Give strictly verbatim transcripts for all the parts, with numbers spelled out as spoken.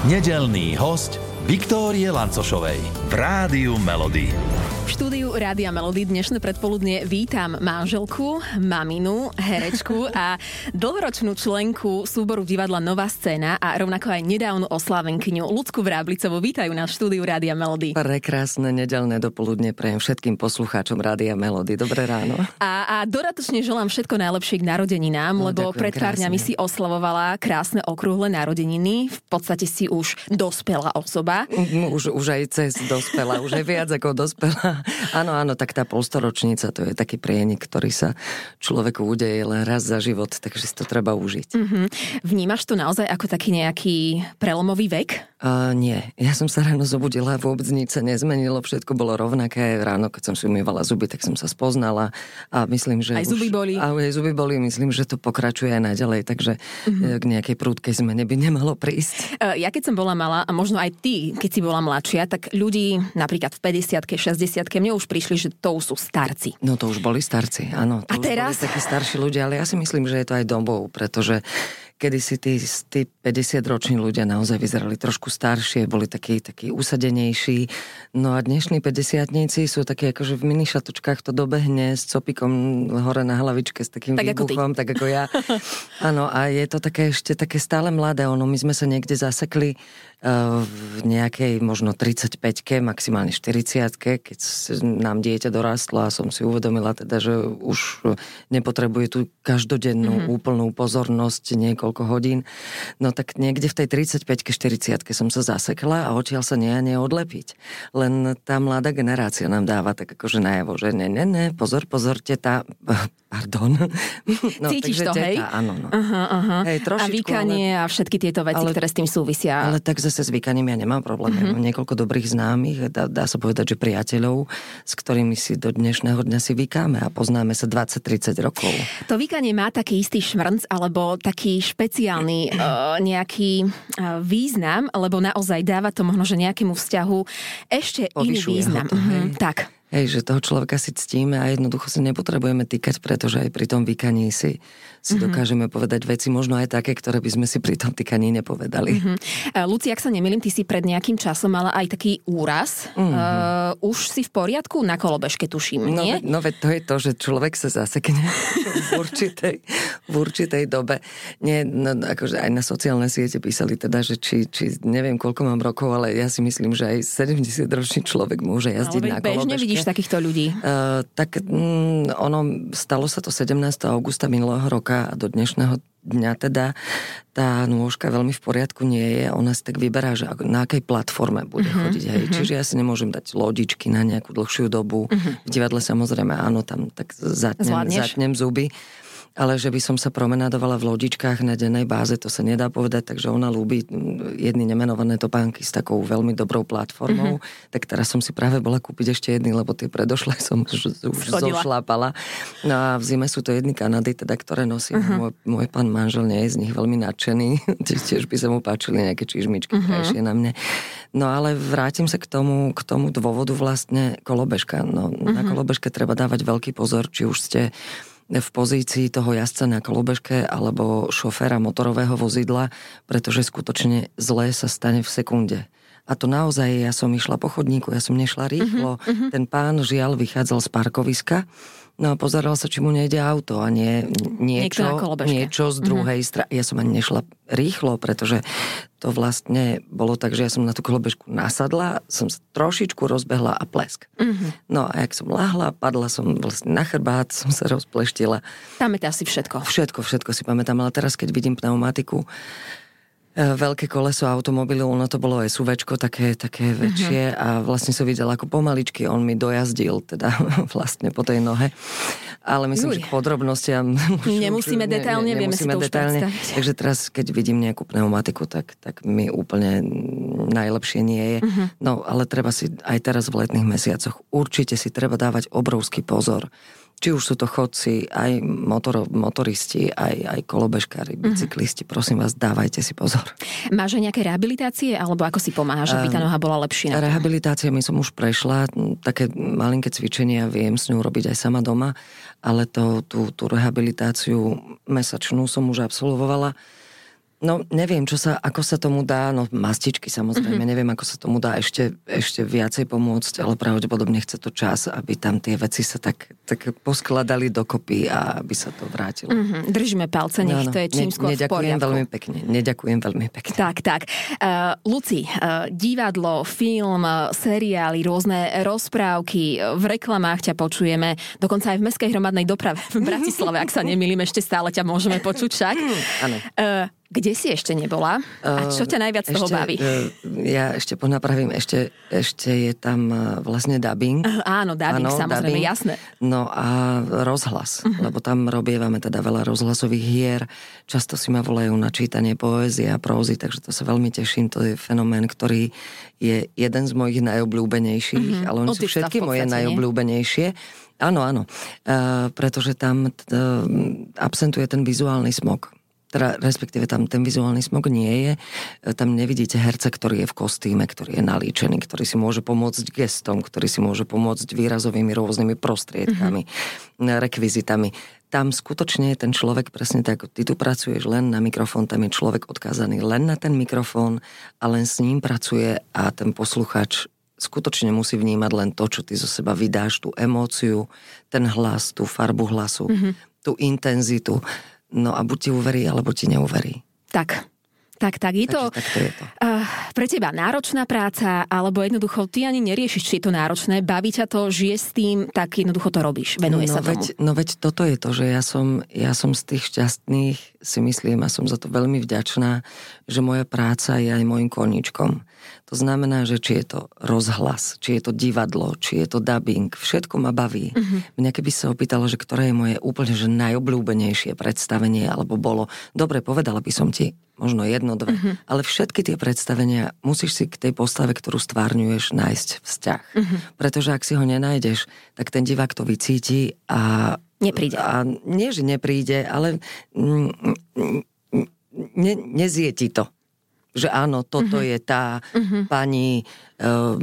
Nedeľný host Viktórie Lancošovej v Rádiu Melody. V štúdiu Rádia Melody dnešné predpoludnie vítam manželku, maminu, herečku a dlhoročnú členku súboru divadla Nová scéna a rovnako aj nedávnu oslávenkyňu Ľudsku Vráblicovú. Vítajú nás v štúdiu Rádia Melody. Prekrásne nedeľné dopoludne prajem všetkým poslucháčom Rádia Melody. Dobré ráno. A, a dodatočne želám všetko najlepšie k narodeninám, no, lebo pred pár dňami si oslavovala krásne okrúhle narodeniny. V podstate si už dospelá osoba. Už, už aj cez dospelá, už aj viac ako dospelá. Áno, áno, tak tá polstoročnica, to je taký prienik, ktorý sa človeku udeje len raz za život, takže si to treba užiť. Mm-hmm. Vnímaš to naozaj ako taký nejaký prelomový vek? Uh, nie, ja som sa ráno zobudila, vôbec nič sa nezmenilo, všetko bolo rovnaké. Ráno, keď som si umývala zuby, tak som sa spoznala a myslím, že... Aj už, zuby boli. Aj zuby boli, myslím, že to pokračuje aj naďalej, takže mm-hmm. k nejakej prúdkej zmene by nemalo prísť. Uh, ja keď som bola malá, a možno aj ty, keď si bola mladšia, tak ľudí napríklad v päťdesiatke, šesťdesiatke, mne už prišli, že to už sú starci. No to už boli starci, áno. To a už teraz? Boli takí starší ľudia, ale ja si myslím, že je to aj dobou, pretože kedysi tí, tí päťdesiatroční ľudia naozaj vyzerali trošku staršie, boli takí, takí usadenejší. No a dnešní päťdesiatnici sú takí akože v minišatučkách, to dobehne s copikom hore na hlavičke, s takým tak výbuchom, ako tak ako ja. Áno, a je to také ešte také stále mladé. Ono, my sme sa niekde zasekli uh, v nejakej možno tridsaťpäťke, maximálne štyridsiatke, keď nám dieťa dorastlo a som si uvedomila teda, že už nepotrebuje tú každodennú mm-hmm. úplnú pozornosť niekoľko koľko hodín. No tak niekde v tej tridsaťpäťke, štyridsiatke som sa zasekla a odtiaľ sa nie a nie odlepiť. Len tá mladá generácia nám dáva tak akože najavo, že ne, ne, ne, pozor, pozor, teta, pardon. No, cítiš to, teta, hej? Áno, no. Aha, aha. Hej, trošičku, a vykanie ale... a všetky tieto veci, ale, ktoré s tým súvisia. Ale tak zase s vykaním ja nemám problém. Mm-hmm. Ja mám niekoľko dobrých známych, dá, dá sa povedať, že priateľov, s ktorými si do dnešného dňa si vykáme a poznáme sa dvadsať tridsať rokov. To vykanie má taký istý šmrnc, alebo taký špeciálny uh, nejaký uh, význam, lebo naozaj dáva to možno, že nejakému vzťahu ešte Povyšuje iný význam. To, mm-hmm, tak. Hej, že toho človeka si ctíme a jednoducho si nepotrebujeme týkať, pretože aj pri tom vykaní si, si mm-hmm. dokážeme povedať veci, možno aj také, ktoré by sme si pri tom týkaní nepovedali. Mm-hmm. Luci, ak sa nemýlim, ty si pred nejakým časom mala aj taký úraz. Mm-hmm. Uh, už si v poriadku? Na kolobežke, tuším, no, nie? Ve, no veď to je to, že človek sa zasekne v určitej, v určitej dobe. Nie, no, akože aj na sociálne siete písali teda, že či, či neviem, koľko mám rokov, ale ja si myslím, že aj sedemdesiatročný človek môže jazdiť na kolobežke. Vidíš takýchto ľudí? Uh, tak mm, ono, stalo sa to sedemnásteho augusta minulého roka a do dnešného dňa teda tá nôžka veľmi v poriadku nie je. Ona si tak vyberá, že na akej platforme bude uh-huh, chodiť. Hej. Uh-huh. Čiže ja si nemôžem dať lodičky na nejakú dlhšiu dobu. Uh-huh. V divadle samozrejme áno, tam tak zatnem, zatnem zuby. Ale že by som sa promenádovala v lodičkách na dennej báze, to sa nedá povedať, takže ona ľúbi jedny nemenované topánky s takou veľmi dobrou platformou. Mm-hmm. Tak teraz som si práve bola kúpiť ešte jedny, lebo tie predošlé som už zošlápala. No a v zime sú to jedny Kanady, teda, ktoré nosím. Mm-hmm. Môj, môj pán manžel nie je z nich veľmi nadšený. Tiež by sa mu páčili nejaké čižmičky mm-hmm. krajšie na mne. No ale vrátim sa k tomu, k tomu dôvodu vlastne kolobežka. No, mm-hmm. Na kolobežke treba dávať veľký pozor, či už ste v pozícii toho jazdca na kolobežke alebo šoféra motorového vozidla, pretože skutočne zlé sa stane v sekunde. A to naozaj, ja som išla po chodníku, ja som nešla rýchlo. Uh-huh, uh-huh. Ten pán žiaľ vychádzal z parkoviska, no a pozeral sa, či mu nejde auto a nie, niečo, niečo z druhej uh-huh. strany. Ja som ani nešla rýchlo, pretože to vlastne bolo tak, že ja som na tú kolobežku nasadla, som sa trošičku rozbehla a plesk. Uh-huh. No a jak som lahla, padla som vlastne na chrbát, som sa rozpleštila. Pamätáš si všetko? Všetko, všetko si pamätám, ale teraz keď vidím pneumatiku, veľké koleso automobilu, ono to bolo SUVčko, také, také väčšie uh-huh. a vlastne som videla, ako pomaličky on mi dojazdil, teda vlastne po tej nohe. Ale myslím, Uj. že k podrobnostiam... Nemusíme detailne, ne, ne, vieme si to detailne. Už predstaviť. Takže teraz, keď vidím nejakú pneumatiku, tak, tak mi úplne najlepšie nie je. Uh-huh. No, ale treba si aj teraz v letných mesiacoch, určite si treba dávať obrovský pozor. Či už sú to chodci, aj motor, motoristi, aj, aj kolobežkári, bicyklisti. Mm-hmm. Prosím vás, dávajte si pozor. Máš aj nejaké rehabilitácie, alebo ako si pomáhaš, aby tá noha bola lepšia? Rehabilitáciami som už prešla, také malinké cvičenia viem s ňou robiť aj sama doma, ale to, tú, tú rehabilitáciu mesačnú som už absolvovala. No, neviem, čo sa, ako sa tomu dá, no mastičky samozrejme, mm-hmm. neviem, ako sa tomu dá ešte, ešte viacej pomôcť, ale pravdepodobne chce to čas, aby tam tie veci sa tak, tak poskladali dokopy a aby sa to vrátilo. Mm-hmm. Držíme palce, nech no, no. to je čím skôr v poriadku. Neďakujem veľmi pekne, neďakujem veľmi pekne. Tak, tak. Uh, Luci, uh, divadlo, film, seriály, rôzne rozprávky, v reklamách ťa počujeme, dokonca aj v mestskej hromadnej doprave v Bratislave, ak sa nemýlim, ešte stále ťa môžeme počuť však. Áno. Uh, Kde si ešte nebola? A čo ťa najviac z toho baví? Ja ešte ponapravím, ešte, ešte je tam vlastne dubbing. Áno, dubbing, áno, samozrejme, dubbing. Jasné. No a rozhlas, uh-huh. lebo tam robievame teda veľa rozhlasových hier. Často si ma volajú na čítanie poézie a prózy, takže to sa veľmi teším. To je fenomén, ktorý je jeden z mojich najobľúbenejších, uh-huh. ale oni sú všetky moje najobľúbenejšie. Áno, áno, uh, pretože tam t- absentuje ten vizuálny smog. Teda, respektíve tam ten vizuálny smog nie je. Tam nevidíte herca, ktorý je v kostýme, ktorý je nalíčený, ktorý si môže pomôcť gestom, ktorý si môže pomôcť výrazovými rôznymi prostriedkami, mm-hmm. rekvizitami. Tam skutočne je ten človek, presne tak, ty tu pracuješ len na mikrofón, tam je človek odkázaný len na ten mikrofón a len s ním pracuje a ten posluchač skutočne musí vnímať len to, čo ty zo seba vydáš, tú emóciu, ten hlas, tú farbu hlasu, mm-hmm. tú intenzitu. No a buď ti uverí, alebo ti neuverí. Tak, tak, tak. Je to, tak to je to. Uh, pre teba náročná práca, alebo jednoducho ty ani neriešiš, či je to náročné, baví ťa to, žiješ s tým, tak jednoducho to robíš, venuje no, sa veď, tomu. No veď toto je to, že ja som, ja som z tých šťastných, si myslím, a som za to veľmi vďačná, že moja práca je aj môjim koníčkom. To znamená, že či je to rozhlas, či je to divadlo, či je to dubbing, všetko ma baví. Uh-huh. Mňa keby sa opýtalo, že ktoré je moje úplne že najobľúbenejšie predstavenie, alebo bolo, dobre, povedala by som ti, možno jedno, dve, uh-huh. ale všetky tie predstavenia musíš si k tej postave, ktorú stvárňuješ, nájsť vzťah. Uh-huh. Pretože ak si ho nenájdeš, tak ten divák to vycíti a... Nepríde. A nie, že nepríde, ale ne, nezie ti to. Že áno, toto uh-huh. je tá uh-huh. pani um,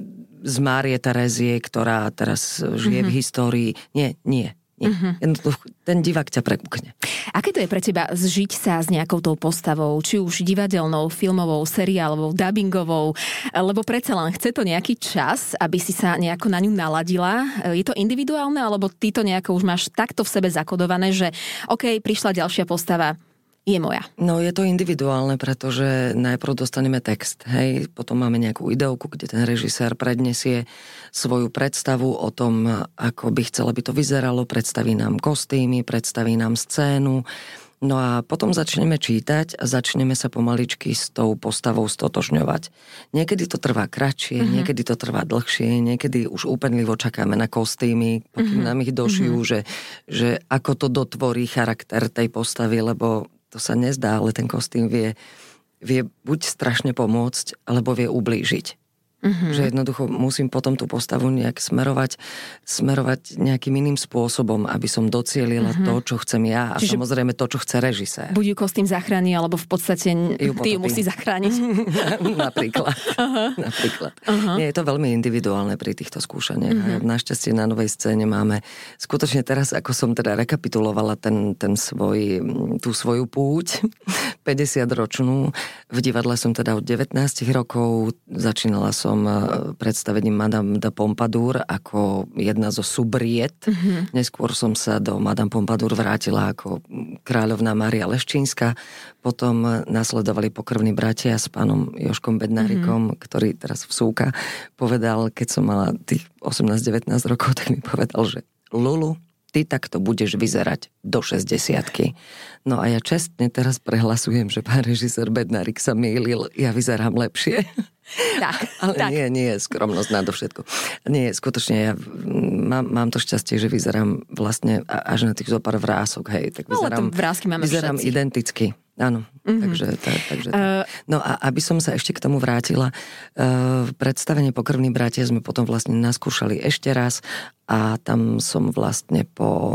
z Márie Terezie, ktorá teraz žije uh-huh. v histórii. Nie, nie. nie. Uh-huh. Ten divák ťa prekúkne. Aké to je pre teba zžiť sa s nejakou tou postavou, či už divadelnou, filmovou, seriálovou, dubbingovou, lebo predsa len chce to nejaký čas, aby si sa nejako na ňu naladila. Je to individuálne, alebo ty to nejako už máš takto v sebe zakodované, že OK, prišla ďalšia postava, je moja. No je to individuálne, pretože najprv dostaneme text, hej, potom máme nejakú ideovku, kde ten režisér predniesie svoju predstavu o tom, ako by chcel, aby to vyzeralo, predstaví nám kostýmy, predstaví nám scénu, no a potom začneme čítať a začneme sa pomaličky s tou postavou stotožňovať. Niekedy to trvá kratšie, uh-huh. niekedy to trvá dlhšie, niekedy už úpenlivo čakáme na kostýmy, pokým uh-huh. nám ich došijú, uh-huh. že, že ako to dotvorí charakter tej postavy, lebo to sa nezdá, ale ten kostým vie, vie buď strašne pomôcť, alebo vie ublížiť. Mm-hmm. Že jednoducho musím potom tú postavu nejak smerovať, smerovať nejakým iným spôsobom, aby som docielila mm-hmm. to, čo chcem ja a čiže samozrejme to, čo chce režisér. Buď ju kostým zachráni, alebo v podstate ju ty ju musí zachrániť. Napríklad. Uh-huh. Napríklad. Uh-huh. Nie, je to veľmi individuálne pri týchto skúšaniach. Uh-huh. Našťastie na novej scéne máme skutočne teraz, ako som teda rekapitulovala ten, ten svoj, tú svoju púť päťdesiatročnú. V divadle som teda od devätnásť rokov, začínala som predstavením Madame de Pompadour ako jedna zo subriet. Mm-hmm. Neskôr som sa do Madame Pompadour vrátila ako kráľovná Mária Leščínska. Potom nasledovali Pokrvní bratia s pánom Jožkom Bednárikom, mm-hmm. ktorý teraz vsúka, povedal, keď som mala tých osemnásť devätnásť rokov, tak mi povedal, že Lulu, ty takto budeš vyzerať do šesťdesiatky. No a ja čestne teraz prehlasujem, že pán režisér Bednárik sa mýlil, ja vyzerám lepšie. Tak, ale tak. nie, nie, skromnosť nadovšetko. Nie, skutočne ja mám, mám to šťastie, že vyzerám vlastne až na tých zopár vrások, hej, tak vyzerám, ale to vrásky máme vyzerám všetci. Identicky. Áno, mm-hmm. takže, tak, takže uh, no a aby som sa ešte k tomu vrátila, uh, predstavenie Pokrvní bratia sme potom vlastne naskúšali ešte raz a tam som vlastne po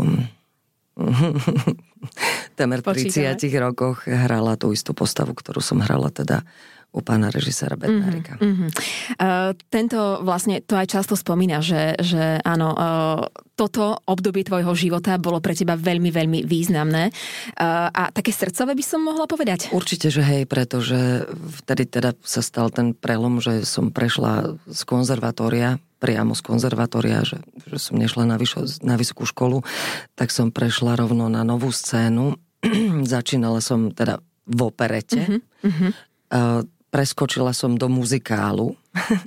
temer tridsiatich rokoch hrala tú istú postavu, ktorú som hrala teda u pána režiséra Bednárika. Mm-hmm. Uh, tento vlastne, to aj často spomína, že, že áno, uh, toto obdobie tvojho života bolo pre teba veľmi, veľmi významné. Uh, a také srdcové by som mohla povedať? Určite, že hej, pretože vtedy teda sa stal ten prelom, že som prešla z konzervatória, priamo z konzervatória, že, že som nešla na, vyšo, na vysokú školu, tak som prešla rovno na novú scénu. Začínala som teda v operete. Mm-hmm. Uh, Preskočila som do muzikálu,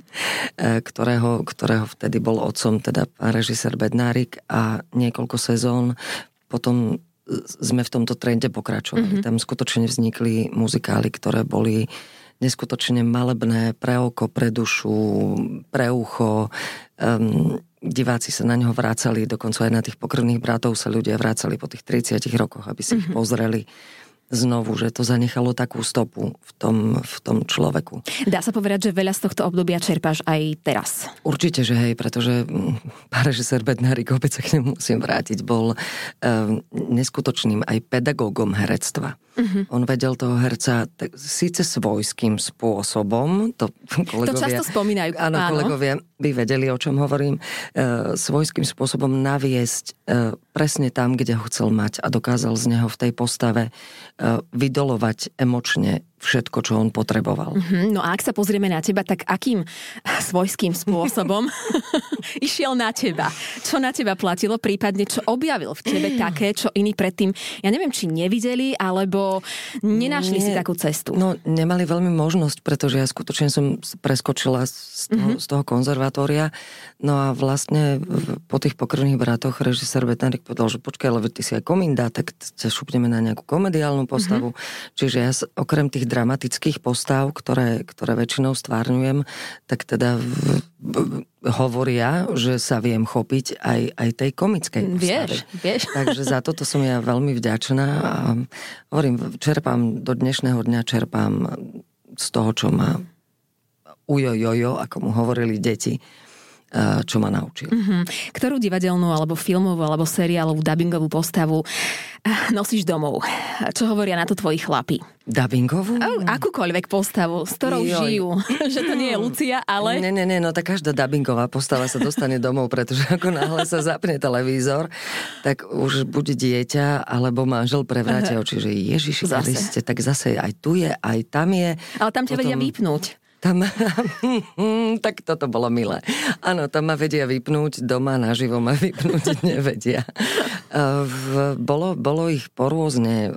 ktorého, ktorého vtedy bol otcom, teda pán režisér Bednárik, a niekoľko sezón potom sme v tomto trende pokračovali. Mm-hmm. Tam skutočne vznikli muzikály, ktoré boli neskutočne malebné pre oko, pre dušu, pre ucho. Um, diváci sa na neho vrácali, dokonca aj na tých Pokrvných bratov sa ľudia vrácali po tých tridsiatich rokoch, aby si mm-hmm. ich pozreli znovu, že to zanechalo takú stopu v tom, v tom človeku. Dá sa povedať, že veľa z tohto obdobia čerpáš aj teraz? Určite, že hej, pretože pán režisér Bednárik, opäť sa k nemu musím vrátiť, bol um, neskutočným aj pedagógom herectva. Uh-huh. On vedel toho herca tak, síce svojským spôsobom, to kolegovia... To často spomínajú. Áno, áno, kolegovia by vedeli, o čom hovorím, e, svojským spôsobom naviesť e, presne tam, kde ho chcel mať, a dokázal z neho v tej postave e, vydolovať emočne všetko, čo on potreboval. Mm-hmm. No a ak sa pozrieme na teba, tak akým svojským spôsobom išiel na teba? Čo na teba platilo? Prípadne, čo objavil v tebe také, čo iní predtým, ja neviem, či nevideli, alebo nenašli Nie, si takú cestu? No, nemali veľmi možnosť, pretože ja skutočne som preskočila z toho, mm-hmm. z toho konzervatória. No a vlastne po tých Pokrvných bratoch režisér Bednárik povedal, že počkaj, lebo ty si aj komindá, tak ťa šupneme na nejakú komediálnu postavu. Mm-hmm. Čiže ja okrem tých dramatických postav, ktoré, ktoré väčšinou stvárňujem, tak teda v, v, hovoria, že sa viem chopiť aj, aj tej komickej postavy. Vieš, vieš. Takže za toto som ja veľmi vďačná a hovorím, čerpám do dnešného dňa, čerpám z toho, čo ma ujojojo, ako mu hovorili deti, čo ma naučil. Mm-hmm. Ktorú divadelnú, alebo filmovú, alebo seriálovú, dubbingovú postavu nosíš domov? Čo hovoria na to tvoji chlapi? Dubbingovú? Akúkoľvek postavu, s ktorou Joj. žijú. Že to nie je Lucia, ale... Nie, nie, nie, no tak každá dubbingová postava sa dostane domov, pretože ako náhle sa zapne televízor, tak už buď dieťa, alebo manžel prevrátia oči, že Ježiši Kriste, tak zase aj tu je, aj tam je. Ale tam ťa Potom... vedia vypnúť. Tam, tak toto bolo milé. Áno, tam ma vedia vypnúť, doma naživo ma vypnúť nevedia. Bolo, bolo ich porôzne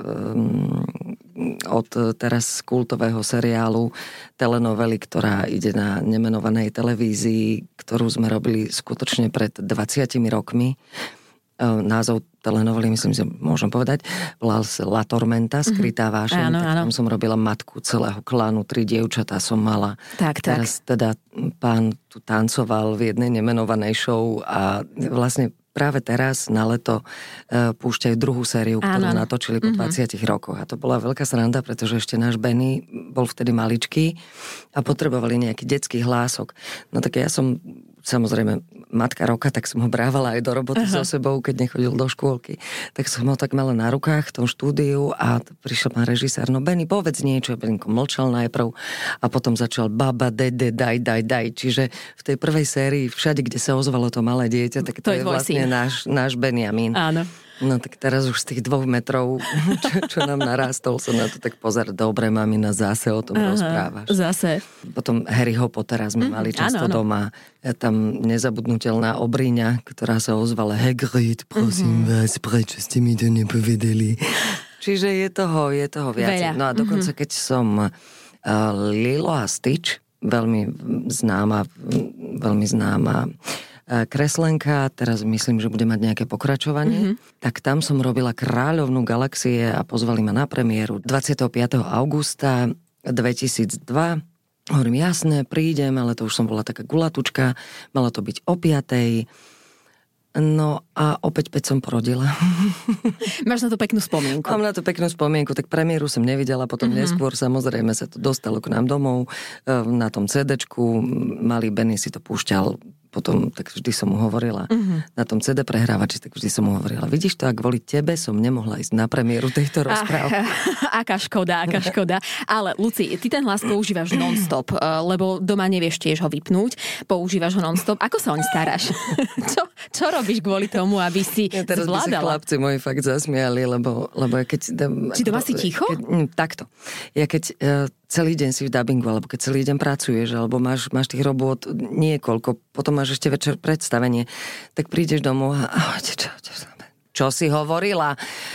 od teraz kultového seriálu, telenovely, ktorá ide na nemenovanej televízii, ktorú sme robili skutočne pred dvadsiatimi rokmi. Názov telenovely, myslím, že môžem povedať, volal sa La Tormenta, Skrytá vášeň. Áno, áno. Tam som robila matku celého klanu, tri dievčatá som mala. Tak, tak. Teraz teda pán tu tancoval v jednej nemenovanej show a vlastne práve teraz na leto e, púšťajú druhú sériu, ktorú áno. natočili po mm-hmm. dvadsiatich rokoch. A to bola veľká sranda, pretože ešte náš Benny bol vtedy maličký a potrebovali nejaký detský hlások. No tak ja som samozrejme matka roka, tak som ho brávala aj do roboty Aha. so sebou, keď nechodil do škôlky. Tak som ho tak mala na rukách v tom štúdiu a prišiel pán režisér, no Benny, povedz niečo. Benko mlčal najprv a potom začal baba, dede, daj, daj, daj. Čiže v tej prvej sérii všade, kde sa ozvalo to malé dieťa, tak to, to je vlastne náš, náš Benjamín. Áno. No tak teraz už z tých dvoch metrov, čo, čo nám narástol, som na to tak pozerať, dobre, mamina, zase o tom Aha, rozprávaš. Zase. Potom Harryho Pottera sme mm, mali často áno, áno. doma. Ja tam nezabudnutelná Obriňa, ktorá sa ozvala Hagrid, prosím mm-hmm. vás, prečo ste mi to nepovedali? Čiže je toho, je toho viac. No a dokonca, keď som uh, Lilo a Stitch, veľmi známa, veľmi známa kreslenka, teraz myslím, že bude mať nejaké pokračovanie, mm-hmm. tak tam som robila Kráľovnú galaxie a pozvali ma na premiéru dvadsiateho piateho augusta dvetisícdva. Hovorím, jasné, prídem, ale to už som bola taká gulatučka, malo to byť o piatej. No a opäť päť som porodila. Máš na to peknú spomienku. Mám na to peknú spomienku, tak premiéru som nevidela, potom mm-hmm. neskôr samozrejme sa to dostalo k nám domov na tom cédečku. Malý Benny si to púšťal potom tak vždy som mu hovorila, mm-hmm. na tom cé dé prehrávači, tak vždy som mu hovorila, vidíš to, ak kvôli tebe som nemohla ísť na premiéru tejto rozprávky. Aká škoda, aká škoda. Ale Luci, ty ten hlas používaš non-stop, lebo doma nevieš tiež ho vypnúť, používaš ho non-stop. Ako sa oň staráš? čo, čo robíš kvôli tomu, aby si ja teraz zvládala? Teraz by sa chlapci moji fakt zasmiali, lebo, lebo ja keď... Či doma si ticho? Keď, mm, takto. Ja keď uh, celý deň si v dabingu, alebo keď celý deň pracuješ, alebo máš, máš tých robôt niekoľko, potom máš ešte večer predstavenie, tak prídeš domov a čo, čo, čo, čo si hovorila?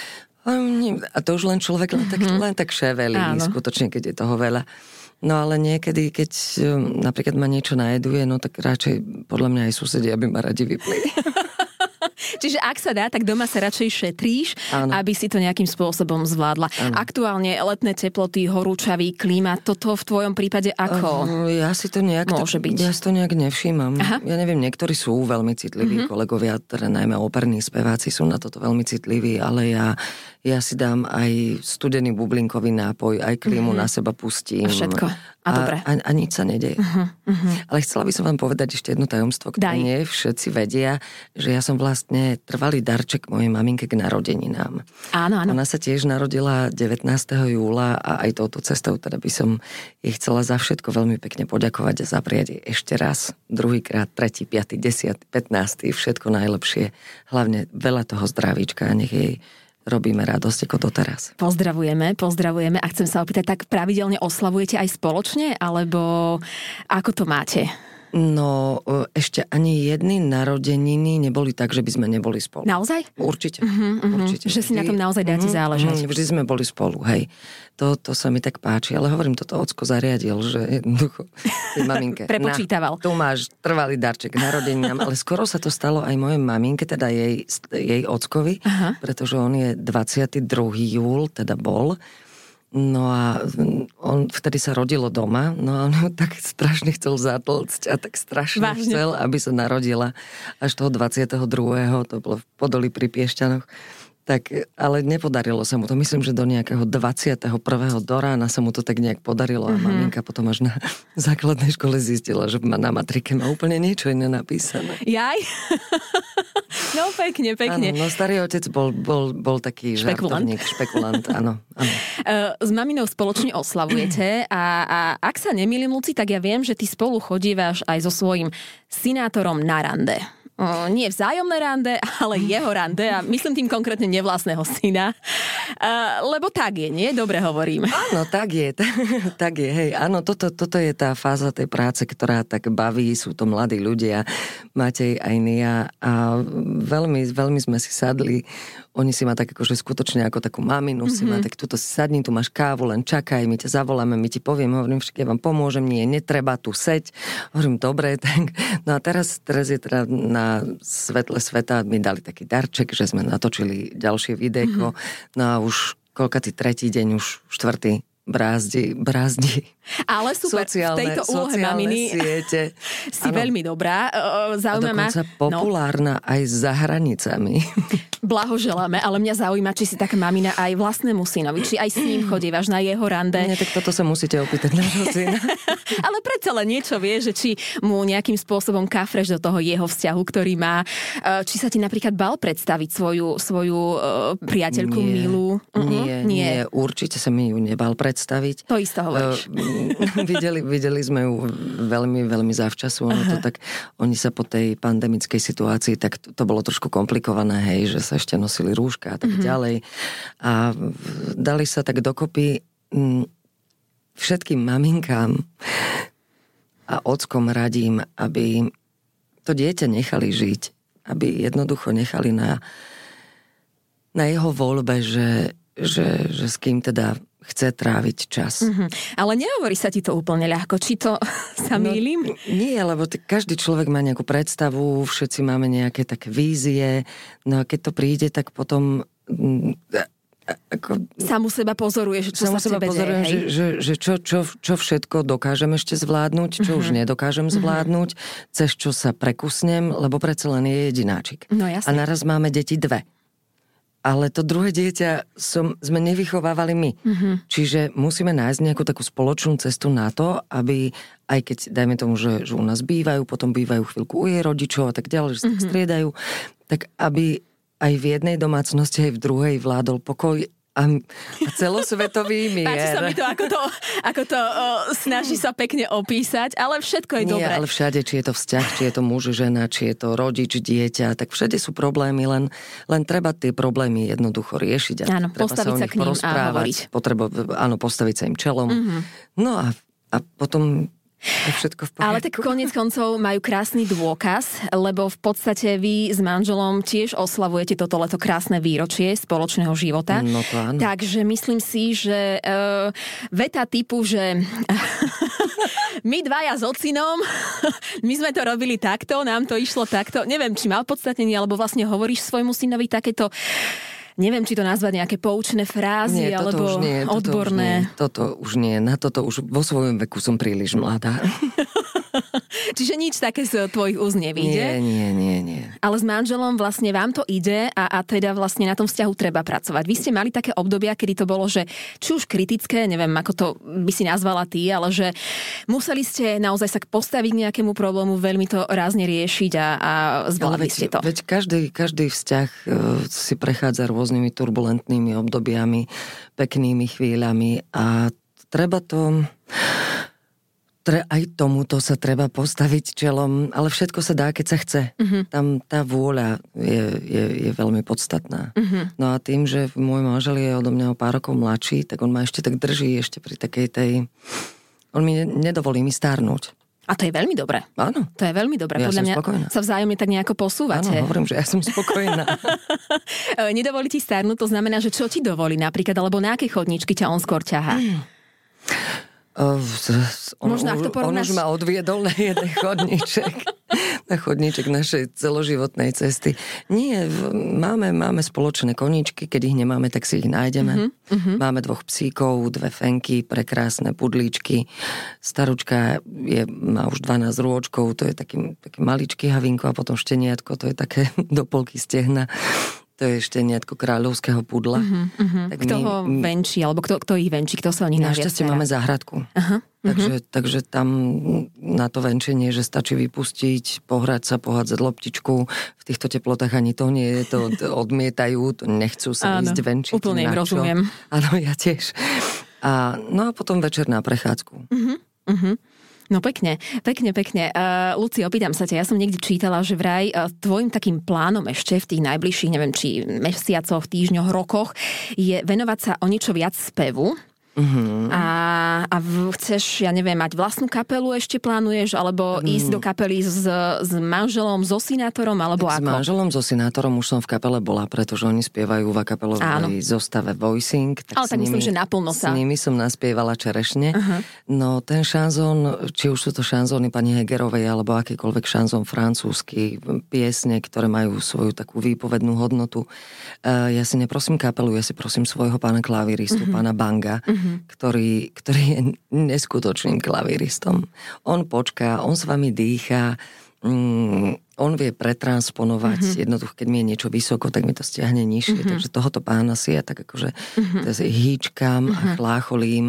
A to už len človek len tak, mm-hmm. len tak ševelí, skutočne, keď je toho veľa. No ale niekedy, keď napríklad ma niečo najeduje, no tak radšej podľa mňa aj susedia by ma radi vypli. Čiže ak sa dá, tak doma sa radšej šetríš, áno. aby si to nejakým spôsobom zvládla. Áno. Aktuálne letné teploty, horúčavý klíma, toto v tvojom prípade ako? Uh, ja si to nejak, môže byť? Ja si to nejak nevšímam. Aha. Ja neviem, niektorí sú veľmi citliví, uh-huh. kolegovia, teda najmä operní speváci sú na toto veľmi citliví, ale ja, ja si dám aj studený bublinkový nápoj, aj klímu uh-huh. na seba pustím. A všetko. A, a dobre. A, a nič sa nedeje. Uh-huh, uh-huh. Ale chcela by som vám povedať ešte jedno tajomstvo, ktoré nie všetci vedia, že ja som vlastne trvalý darček mojej maminke k narodeninám. Áno, áno. Ona sa tiež narodila devätnásteho júla a aj touto cestou teda by som jej chcela za všetko veľmi pekne poďakovať a zaprieť jej ešte raz, druhýkrát, tretí, piaty, desiaty, pätnásty, všetko najlepšie. Hlavne veľa toho zdravíčka a nech jej robíme radosť ako doteraz. Pozdravujeme, pozdravujeme a chcem sa opýtať, tak pravidelne oslavujete aj spoločne, alebo ako to máte? No, ešte ani jedny narodeniny neboli tak, že by sme neboli spolu. Naozaj? Určite. Uh-huh, uh-huh. Určite. Že si vždy, na tom naozaj dáte uh-huh, záležať. Uh-huh, vždy sme boli spolu, hej. To, to sa mi tak páči, ale hovorím, toto ocko zariadil, že jednoducho maminke. Prepočítaval. Na, tu máš trvalý darček narodeninám, ale skoro sa to stalo aj mojej maminke, teda jej, jej ockovi, uh-huh. pretože on je dvadsiateho druhého júla, teda bol. No a on vtedy sa rodilo doma, no a on ho tak strašne chcel zatlcť a tak strašne Vážne. chcel, aby sa narodila až toho dvadsiateho druhého to bolo v Podolí pri Piešťanoch. Tak, ale nepodarilo sa mu to. Myslím, že do nejakého dvadsiateho prvého do rána sa mu to tak nejak podarilo a mm-hmm. maminka potom až na základnej škole zistila, že má na matrike má úplne niečo iné napísané. Jaj? No pekne, pekne. Áno, no starý otec bol, bol, bol taký špekulant. žartovník, špekulant, áno. áno. S maminou spoločne oslavujete a, a ak sa nemýlim, Luci, tak ja viem, že ty spolu chodívaš aj so svojím synátorom na rande. O, nie vzájomné rande, ale jeho rande a myslím tým konkrétne nevlastného syna. A, lebo tak je, nie? Dobre hovorím. Áno, tak je. Tak je, hej. Áno, toto, toto je tá fáza tej práce, ktorá tak baví. Sú to mladí ľudia, Matej aj Nia a veľmi, veľmi sme si sadli. Oni si ma tak akože skutočne ako takú maminu mm-hmm. si ma, tak tuto si sadni, tu máš kávu, len čakaj, my ťa zavoláme, my ti poviem, hovorím, však ja vám pomôžem, nie, netreba tu seď. Hovorím, dobre, tak. No a teraz, teraz je teda na svetle sveta, mi dali taký darček, že sme natočili ďalšie videjko, mm-hmm. no a už koľkatý tretí deň, už štvrtý brázdi, brázdi. Ale super, sociálne, v tejto úlohe maminy siete. si ano. Veľmi dobrá. Zaujíma ma. A dokonca populárna no. aj za hranicami. Blahoželáme, ale mňa zaujíma, či si taká mamina aj vlastnému synovi, či aj s ním chodívaš na jeho rande. Nie, tak toto sa musíte opýtať nášho syna. Ale predsa len niečo vieš, že či mu nejakým spôsobom kafreš do toho jeho vzťahu, ktorý má. Či sa ti napríklad bal predstaviť svoju, svoju uh, priateľku nie, Milu? Uh-huh. Nie, nie, nie, určite sa mi ju nebal predstaviť. To isto hovoríš. Uh, videli, videli sme ju veľmi, veľmi zavčasu. Ono to tak, oni sa po tej pandemickej situácii, tak to, to bolo trošku komplikované, hej, že sa ešte nosili rúška a tak mm-hmm. ďalej. A dali sa tak dokopy m, všetkým maminkám a ockom radím, aby to dieťa nechali žiť, aby jednoducho nechali na, na jeho voľbe, že, že, že s kým teda chce tráviť čas. Mm-hmm. Ale nehovorí sa ti to úplne ľahko. Či to sa mýlim? No, nie, lebo t- každý človek má nejakú predstavu, všetci máme nejaké také vízie, no a keď to príde, tak potom m, ako, samu seba pozoruješ, čo sa v tebe pozorujem, deje, že, že, že čo, čo, čo všetko dokážem ešte zvládnuť, čo mm-hmm. už nedokážem zvládnuť, mm-hmm. cez čo sa prekusnem, lebo predsa len je jedináčik. No jasne. A naraz máme deti dve. ale to druhé dieťa som, sme nevychovávali my. Mm-hmm. Čiže musíme nájsť nejakú takú spoločnú cestu na to, aby aj keď, dajme tomu, že, že u nás bývajú, potom bývajú chvíľku u jej rodičov a tak ďalej, že sa mm-hmm. tak striedajú, tak aby aj v jednej domácnosti, aj v druhej vládol pokoj a, a celosvetový mier. Páči sa mi to, ako to, ako to o, snaží sa pekne opísať, ale všetko je Nie, dobré. ale všade, či je to vzťah, či je to muž, žena, či je to rodič, dieťa, tak všade sú problémy, len, len treba tie problémy jednoducho riešiť. Áno, treba postaviť sa, sa k ním a hovoriť. Potrebo, áno, postaviť sa im čelom. Mm-hmm. No a, a potom... Všetko v poriadku. Ale tak koniec koncov majú krásny dôkaz, lebo v podstate vy s manželom tiež oslavujete toto leto krásne výročie spoločného života. No to áno. Takže myslím si, že uh, veta typu, že my dvaja s ocinom, my sme to robili takto, nám to išlo takto. Neviem, či má podstatnenie, alebo vlastne hovoríš svojmu synovi takéto... Neviem, či to nazvať nejaké poučné frázy, nie, alebo už nie, odborné. Toto už nie, na toto už vo svojom veku som príliš mladá. Čiže nič také z tvojich úst nevyjde? Nie, nie, nie, nie. Ale s manželom vlastne vám to ide a, a teda vlastne na tom vzťahu treba pracovať. Vy ste mali také obdobia, kedy to bolo, že či už kritické, neviem, ako to by si nazvala ty, ale že museli ste naozaj sa postaviť k nejakému problému, veľmi to rázne riešiť a, a zvládli ste to. Veď každý, každý vzťah uh, si prechádza rôznymi turbulentnými obdobiami, peknými chvíľami a treba to... Aj tomuto sa treba postaviť čelom, ale všetko sa dá, keď sa chce. Uh-huh. Tam tá vôľa je, je, je veľmi podstatná. Uh-huh. No a tým, že môj manžel je odo mňa o pár rokov mladší, tak on ma ešte tak drží ešte pri takej tej... On mi nedovolí mi stárnuť. A to je veľmi dobré. Áno. To je veľmi dobré. Ja Podľa mňa spokojná. Sa vzájomne tak nejako posúvate. Áno, hovorím, že ja som spokojná. Nedovolí ti stárnuť, to znamená, že čo ti dovolí napríklad, alebo na aké chodničky ťa on skôr ťahá? Mm. Uh, on, Možno, ak to porovnáš... on už ma odviedol na jeden chodníček. Na chodníček našej celoživotnej cesty. Nie, máme, máme spoločné koníčky, keď ich nemáme, tak si ich nájdeme. Uh-huh, uh-huh. Máme dvoch psíkov, dve fenky, prekrásne pudlíčky. Staručka je, má už dvanásť rôčkov, to je taký, taký maličký havinko a potom šteniatko, to je také do polky stehna. To je šteniatko kráľovského pudla. Uh-huh, uh-huh. Tak kto my, ho venčí, alebo kto, kto ich venčí, kto sa o nich najviac stará? Našťastie máme záhradku. Uh-huh, takže, uh-huh. takže tam na to venčenie, že stačí vypustiť, pohrať sa, pohádzať loptičku. V týchto teplotách ani to nie je, to odmietajú, to nechcú sa áno, ísť venčiť. Úplne im rozumiem. Áno, ja tiež. A, no a potom večer na prechádzku. Uh-huh, uh-huh. No pekne, pekne, pekne. Uh, Luci, opýtam sa ťa, ja som niekde čítala, že vraj uh, tvojim takým plánom ešte v tých najbližších, neviem, či mesiacoch, týždňoch, rokoch, je venovať sa o niečo viac spevu. Uh-huh. A, a v, chceš, ja neviem, mať vlastnú kapelu ešte plánuješ, alebo uh-huh. ísť do kapely s, s manželom, so synátorom, alebo tak ako? S manželom, so synátorom už som v kapele bola, pretože oni spievajú v akapelovej zostave Voicing. Tak ale tak nimi, myslím, že naplno sa. S nimi som naspievala Čerešne. Uh-huh. No ten šanzón, či už sú to šanzóny pani Hegerovej, alebo akýkoľvek šanzón francúzsky, piesne, ktoré majú svoju takú výpovednú hodnotu. Uh, ja si neprosím kapelu, ja si prosím svojho pána klaviristu, uh-huh. pána Banga, uh-huh. Ktorý, ktorý je neskutočným klavíristom. On počká, on s vami dýcha, mm, on vie pretransponovať. Mm-hmm. Jednoducho, keď mi je niečo vysoko, tak mi to stiahne nižšie. Mm-hmm. Takže tohoto pána si ja tak akože mm-hmm. hýčkam mm-hmm. a chlácholím.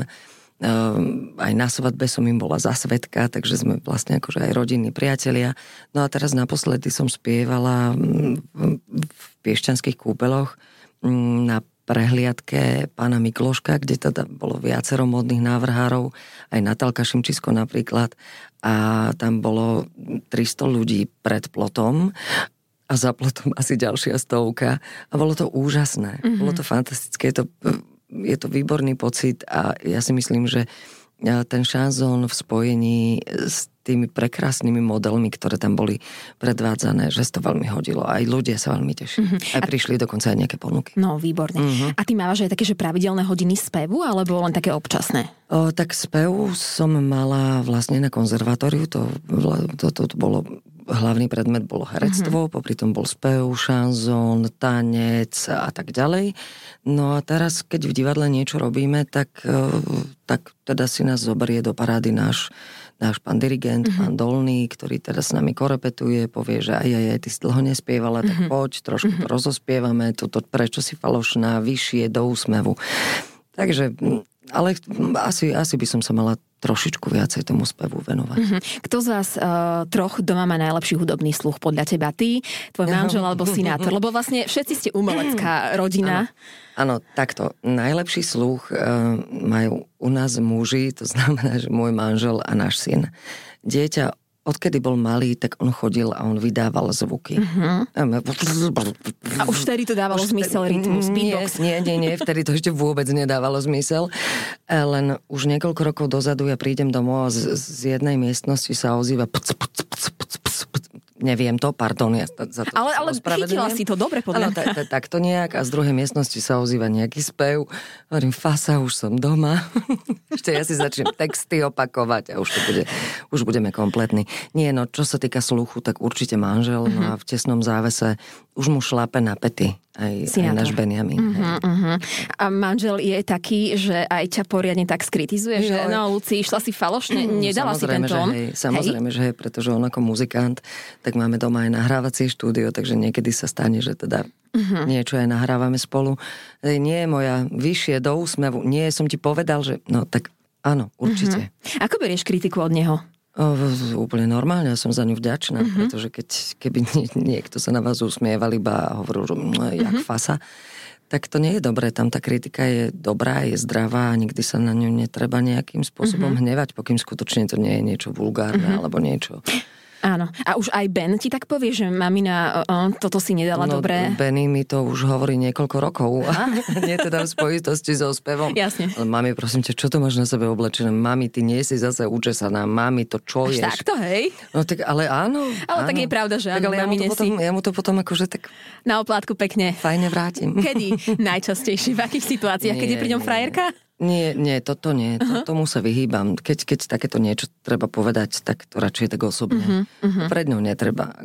Um, aj na svadbe som im bola za svedka, takže sme vlastne akože aj rodinní priatelia. No a teraz naposledy som spievala v, v Piešťanských kúpeloch na prehliadke pána Mikloška, kde teda bolo viacero módnych návrhárov, aj Natálka Šimčisko napríklad, a tam bolo tristo ľudí pred plotom a za plotom asi ďalšia stovka a bolo to úžasné. Mm-hmm. Bolo to fantastické, je to, je to výborný pocit a ja si myslím, že ten šanzón v spojení s tými prekrásnymi modelmi, ktoré tam boli predvádzané, že sa to veľmi hodilo. Aj ľudia sa veľmi tešili. Mm-hmm. Aj prišli dokonca aj nejaké ponuky. No, výborne. Mm-hmm. A ty mávaš aj také, že pravidelné hodiny spevu, alebo len také občasné? O, tak spev som mala vlastne na konzervatóriu. To, to, to, to bolo hlavný predmet bolo herectvo, mm-hmm. popri tom bol spev, šanzón, tanec a tak ďalej. No a teraz, keď v divadle niečo robíme, tak, tak teda si nás zoberie do parády náš, náš pán dirigent, mm-hmm. pán Dolný, ktorý teda s nami korepetuje, povie, že aj, aj, aj, ty si dlho nespievala, tak poď, trošku to rozospievame, toto prečo si falošná, vyššie, do úsmevu. Takže, ale asi, asi by som sa mala trošičku viacej tomu spevu venovať. Mm-hmm. Kto z vás uh, troch doma má najlepší hudobný sluch podľa teba? Ty, tvoj manžel alebo synátor? Lebo vlastne všetci ste umelecká rodina. Áno, takto. Najlepší sluch uh, majú u nás muži, to znamená, že môj manžel a náš syn. Dieťa odkedy bol malý, tak on chodil a on vydával zvuky. Mm-hmm. A už vtedy to dávalo už zmysel, rytmus, beatbox? Nie, nie, nie, vtedy to ešte vôbec nedávalo zmysel. Len už niekoľko rokov dozadu ja prídem domov a z, z jednej miestnosti sa ozýva pc, pc, pc, pc, pc, pc. Neviem to, pardon, ja za to ale, ale chytila si to dobre podľa mňa. Tak, tak to nejak a z druhej miestnosti sa ozýva nejaký spev. Hovorím, fasa, už som doma. Ešte ja si začnem texty opakovať a už to bude, už budeme kompletní. Nie, no čo sa týka sluchu, tak určite manžel, uh-huh. no a v tesnom závese už mu šlape na pety. Aj, aj náš Benjamin. Uh-huh, uh-huh. A manžel je taký, že aj ťa poriadne tak skritizuje, že jo, no, Luci, išla si falošne, nedala si ten tón. Že hej, samozrejme, hej? že hej, pretože on ako muzikant, tak máme doma aj nahrávacie štúdio, takže niekedy sa stane, že teda uh-huh. niečo aj nahrávame spolu. Hej, nie je moja vyššie do úsmevu. Nie, som ti povedal, že no tak áno, určite. Uh-huh. Ako berieš kritiku od neho? O, úplne normálne, ja som za ňu vďačná, uh-huh. pretože keď, keby niekto sa na vás usmieval iba a hovoril, že no, jak uh-huh. fasa, tak to nie je dobré. Tam tá kritika je dobrá, je zdravá a nikdy sa na ňu netreba nejakým spôsobom uh-huh. hnevať, pokým skutočne to nie je niečo vulgárne uh-huh. alebo niečo. Áno. A už aj Ben ti tak povie, že mamina, o, toto si nedala no, dobre? Benny mi to už hovorí niekoľko rokov. Nie teda v spojitosti so spevom. Jasne. Ale mami, prosím ťa, čo to máš na sebe oblečené? Mami, ty nie si zase učesaná. Mami, to čo až ješ? Takto, hej? No tak, ale áno. Ale áno. tak je pravda, že áno, ja mami mu, potom, ja mu to potom akože tak... Na oplátku pekne. Fajne vrátim. Kedy najčastejšie? V akých situáciách? Keď je pri ňom frajerka? Nie, nie, toto nie. Uh-huh. To, tomu sa vyhýbam. Keď, keď takéto niečo treba povedať, tak to radšej tak osobne. Uh-huh. Uh-huh. Pred ňou netreba.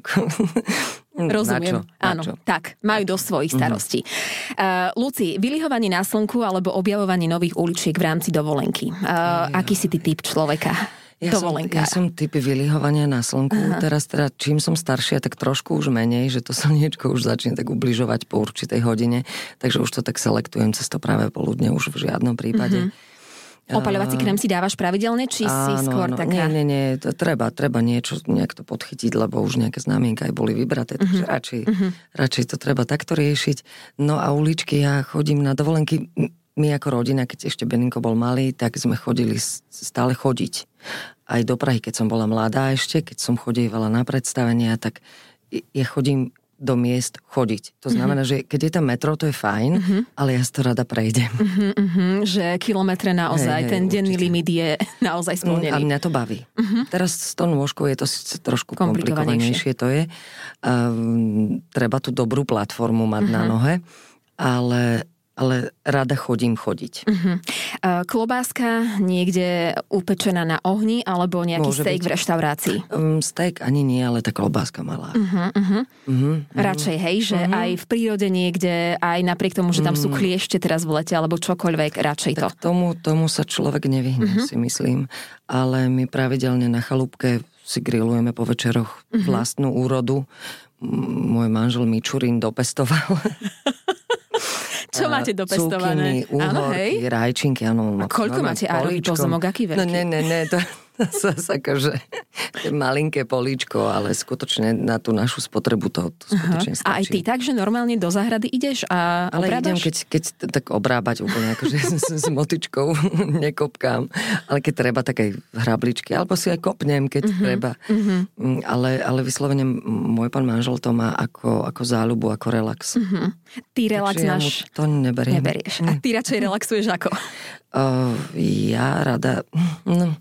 Rozumiem. Na čo? Na Áno, čo? tak. Majú dosť svojich starostí. Uh-huh. Uh, Luci, vylihovanie na slnku alebo objavovanie nových uličiek v rámci dovolenky. Uh, aký si ty typ človeka? Ja som, ja som typ vylihovania na slnku. Aha. Teraz teda, čím som staršia, tak trošku už menej, že to slniečko už začne tak ubližovať po určitej hodine. Takže už to tak selektujem cez to práve poludne, už v žiadnom prípade. Uh-huh. Opaľovací krém si dávaš pravidelne, či áno, si skôr áno. taká? Nie, nie, nie. To treba, treba niečo, nejak to podchytiť, lebo už nejaké znamienka aj boli vybraté, takže uh-huh. radšej, uh-huh. radšej to treba takto riešiť. No a uličky, ja chodím na dovolenky. My ako rodina, keď ešte Beninko bol malý, tak sme chodili stále chodiť. Aj do Prahy, keď som bola mladá ešte, keď som chodievala na predstavenia, tak ja chodím do miest chodiť. To znamená, mm-hmm. že keď je tam metro, to je fajn, mm-hmm. ale ja si to rada prejdem. Mm-hmm, mm-hmm, že kilometre naozaj, hey, ten hey, denný limit je naozaj splnený. A mňa to baví. Mm-hmm. Teraz s tou nôžkou je to trošku komplikovanejšie, to je. Um, treba tú dobrú platformu mať mm-hmm. na nohe, ale... ale rada chodím chodiť. Uh-huh. Klobáska niekde upečená na ohni alebo nejaký Môže steak byť. V reštaurácii? Um, steak ani nie, ale tá klobáska malá. Uh-huh, uh-huh. Uh-huh. Radšej, hej, že uh-huh. aj v prírode niekde, aj napriek tomu, že tam sú kliešte teraz v lete alebo čokoľvek, radšej to. Tak tomu, tomu sa človek nevyhne, uh-huh. si myslím. Ale my pravidelne na chalúbke si grillujeme po večeroch uh-huh. vlastnú úrodu. Môj manžel Mičurín dopestoval. Čo máte dopestované? Cukiny, úhorky, rajčinky, áno. A koľko máte árový pozemok? Aký veľký? No ne, ne, ne, to zase akože malinké políčko, ale skutočne na tú našu spotrebu to, to skutočne stačí. A aj ty tak, že normálne do záhrady ideš a ale obrábaš? idem, keď, keď tak obrábať úplne akože s, s motičkou nekopkám, ale keď treba, tak aj hrabličky, alebo si aj kopnem, keď uh-huh. treba. Uh-huh. Ale, ale vyslovene môj pán manžel to má ako, ako záľubu, ako relax. Uh-huh. Ty relax Takže náš... ja to neberiem. Neberieš. A ty radšej relaxuješ ako? Uh, ja rada... No,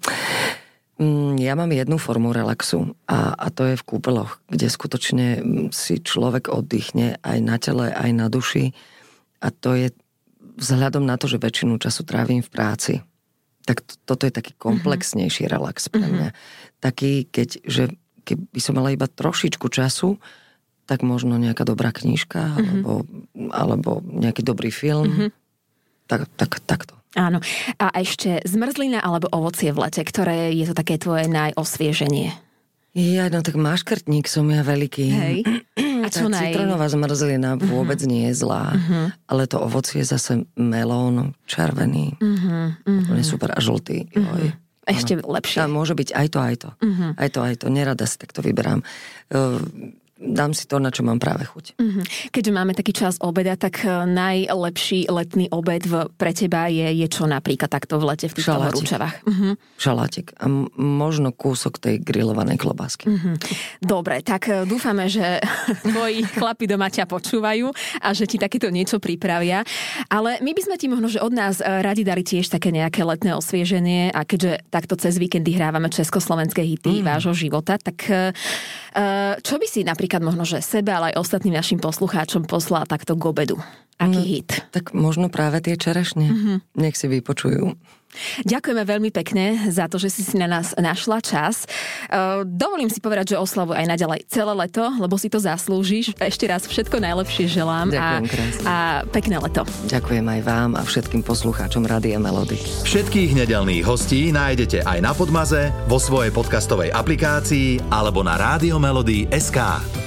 ja mám jednu formu relaxu a, a to je v kúpeloch, kde skutočne si človek oddychne aj na tele, aj na duši a to je vzhľadom na to, že väčšinu času trávim v práci. Tak to, toto je taký komplexnejší relax pre mňa. Mm-hmm. Taký, keď, že keby som mala iba trošičku času, tak možno nejaká dobrá knižka, mm-hmm. alebo, alebo nejaký dobrý film. Mm-hmm. Tak, tak, takto. Áno. A ešte zmrzlina alebo ovocie v lete, ktoré je to také tvoje najosvieženie? Ja, no tak máškrtník som ja veľký. Hej. A čo naj... Citronová zmrzlina vôbec uh-huh. nie je zlá, uh-huh. ale to ovocie je zase melón, červený, uh-huh. úplne super a žltý. Uh-huh. Ešte lepšie. A môže byť aj to, aj to. Uh-huh. Aj to, aj to. Nerada si takto vyberám. Uh, dám si to, na čo mám práve chuť. Uh-huh. Keďže máme taký čas obeda, tak najlepší letný obed v, pre teba je, je čo napríklad takto v lete v týchto horúčavách? Uh-huh. Šalátik a m- možno kúsok tej grillovanej klobásky. Uh-huh. Dobre, tak dúfame, že tvoji chlapi doma ťa počúvajú a že ti takéto niečo pripravia. Ale my by sme ti možno, že od nás radi dali tiež také nejaké letné osvieženie a keďže takto cez víkendy hrávame československé hity uh-huh. vášho života, tak čo by si napríklad možno, že sebe, ale aj ostatným našim poslucháčom poslal takto k obedu? Aký no, hit? Tak možno práve tie čerešne. Mm-hmm. Nech si vypočujú. Ďakujeme veľmi pekne za to, že si si na nás našla čas. Uh, dovolím si povedať, že oslavuj aj naďalej celé leto, lebo si to zaslúžiš. Ešte raz všetko najlepšie želám. Ďakujem a, krásne. A pekné leto. Ďakujem aj vám a všetkým poslucháčom Rádia Melody. Všetkých nedeľných hostí nájdete aj na Podmaze, vo svojej podcastovej aplikácii alebo na radiomelody bodka es ká.